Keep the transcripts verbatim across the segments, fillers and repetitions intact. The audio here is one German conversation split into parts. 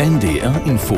N D R Info.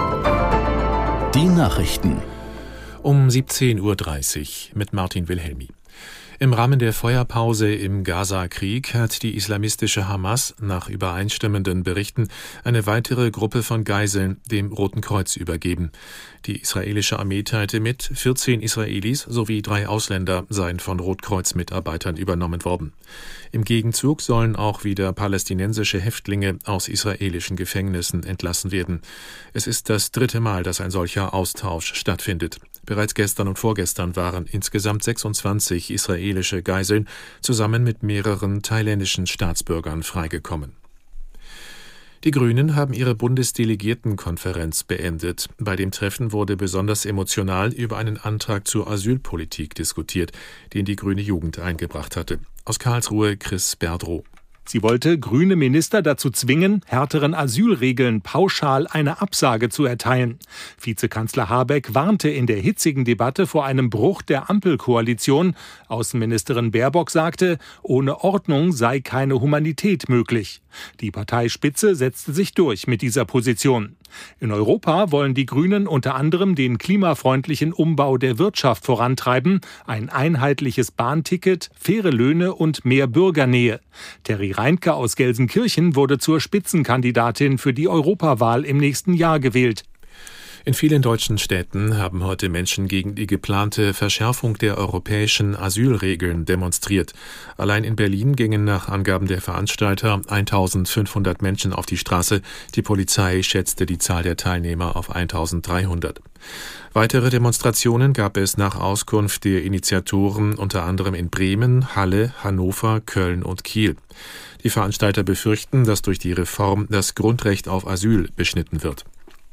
Die Nachrichten. Um siebzehn Uhr dreißig mit Martin Wilhelmi. Im Rahmen der Feuerpause im Gaza-Krieg hat die islamistische Hamas nach übereinstimmenden Berichten eine weitere Gruppe von Geiseln dem Roten Kreuz übergeben. Die israelische Armee teilte mit, vierzehn Israelis sowie drei Ausländer seien von Rotkreuz-Mitarbeitern übernommen worden. Im Gegenzug sollen auch wieder palästinensische Häftlinge aus israelischen Gefängnissen entlassen werden. Es ist das dritte Mal, dass ein solcher Austausch stattfindet. Bereits gestern und vorgestern waren insgesamt sechsundzwanzig israelische Geiseln zusammen mit mehreren thailändischen Staatsbürgern freigekommen. Die Grünen haben ihre Bundesdelegiertenkonferenz beendet. Bei dem Treffen wurde besonders emotional über einen Antrag zur Asylpolitik diskutiert, den die grüne Jugend eingebracht hatte. Aus Karlsruhe Chris Berdrow. Sie wollte grüne Minister dazu zwingen, härteren Asylregeln pauschal eine Absage zu erteilen. Vizekanzler Habeck warnte in der hitzigen Debatte vor einem Bruch der Ampelkoalition. Außenministerin Baerbock sagte, ohne Ordnung sei keine Humanität möglich. Die Parteispitze setzte sich durch mit dieser Position. In Europa wollen die Grünen unter anderem den klimafreundlichen Umbau der Wirtschaft vorantreiben, ein einheitliches Bahnticket, faire Löhne und mehr Bürgernähe. Terry Reinke aus Gelsenkirchen wurde zur Spitzenkandidatin für die Europawahl im nächsten Jahr gewählt. In vielen deutschen Städten haben heute Menschen gegen die geplante Verschärfung der europäischen Asylregeln demonstriert. Allein in Berlin gingen nach Angaben der Veranstalter eintausendfünfhundert Menschen auf die Straße. Die Polizei schätzte die Zahl der Teilnehmer auf eintausenddreihundert. Weitere Demonstrationen gab es nach Auskunft der Initiatoren unter anderem in Bremen, Halle, Hannover, Köln und Kiel. Die Veranstalter befürchten, dass durch die Reform das Grundrecht auf Asyl beschnitten wird.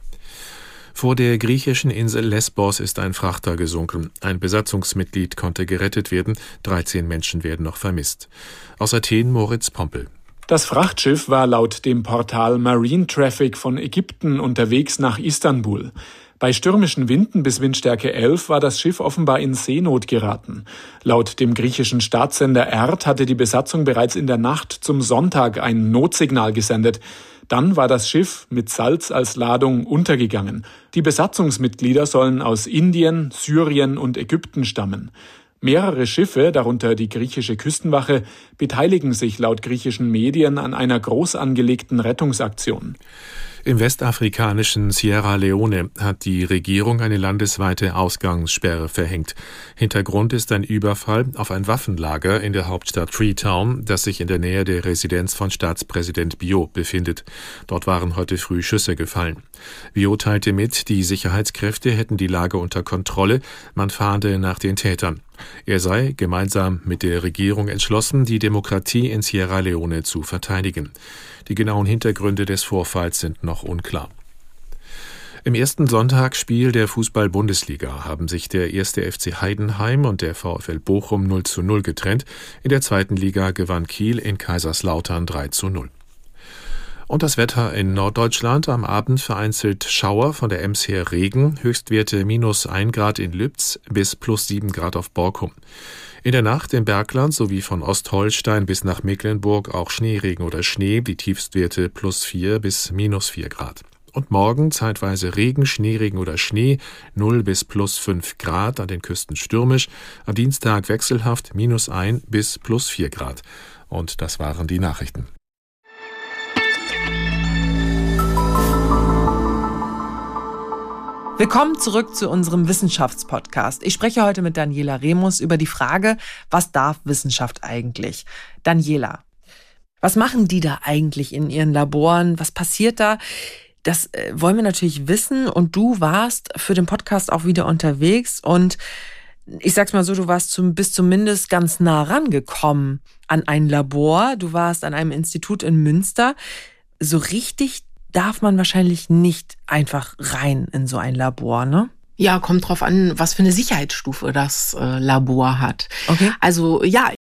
Vor der griechischen Insel Lesbos ist ein Frachter gesunken. Ein Besatzungsmitglied konnte gerettet werden. dreizehn Menschen werden noch vermisst. Aus Athen Moritz Pompel. Das Frachtschiff war laut dem Portal Marine Traffic von Ägypten unterwegs nach Istanbul. Bei stürmischen Winden bis Windstärke elf war das Schiff offenbar in Seenot geraten. Laut dem griechischen Staatssender E R T hatte die Besatzung bereits in der Nacht zum Sonntag ein Notsignal gesendet. Dann war das Schiff mit Salz als Ladung untergegangen. Die Besatzungsmitglieder sollen aus Indien, Syrien und Ägypten stammen. Mehrere Schiffe, darunter die griechische Küstenwache, beteiligen sich laut griechischen Medien an einer groß angelegten Rettungsaktion. Im westafrikanischen Sierra Leone hat die Regierung eine landesweite Ausgangssperre verhängt. Hintergrund ist ein Überfall auf ein Waffenlager in der Hauptstadt Freetown, das sich in der Nähe der Residenz von Staatspräsident Biot befindet. Dort waren heute früh Schüsse gefallen. Biot teilte mit, die Sicherheitskräfte hätten die Lage unter Kontrolle, man fahnde nach den Tätern. Er sei gemeinsam mit der Regierung entschlossen, die Demokratie in Sierra Leone zu verteidigen. Die genauen Hintergründe des Vorfalls sind noch unklar. Im ersten Sonntagsspiel der Fußball-Bundesliga haben sich der erste F C Heidenheim und der VfL Bochum null zu null getrennt. In der zweiten Liga gewann Kiel in Kaiserslautern drei zu null. Und das Wetter in Norddeutschland, am Abend vereinzelt Schauer, von der Ems her Regen, Höchstwerte minus ein Grad in Lübz bis plus sieben Grad auf Borkum. In der Nacht im Bergland sowie von Ostholstein bis nach Mecklenburg auch Schneeregen oder Schnee, die Tiefstwerte plus vier bis minus vier Grad. Und morgen zeitweise Regen, Schneeregen oder Schnee, null bis plus fünf Grad, an den Küsten stürmisch, am Dienstag wechselhaft minus ein bis plus vier Grad. Und das waren die Nachrichten. Willkommen zurück zu unserem Wissenschaftspodcast. Ich spreche heute mit Daniela Remus über die Frage, was darf Wissenschaft eigentlich? Daniela, was machen die da eigentlich in ihren Laboren? Was passiert da? Das äh, wollen wir natürlich wissen. Und du warst für den Podcast auch wieder unterwegs. Und ich sag's mal so, du warst zum, bist zumindest ganz nah rangekommen an ein Labor. Du warst an einem Institut in Münster. So richtig darf man wahrscheinlich nicht einfach rein in so ein Labor, ne? Ja, kommt drauf an, was für eine Sicherheitsstufe das äh, Labor hat. Okay. Also ja,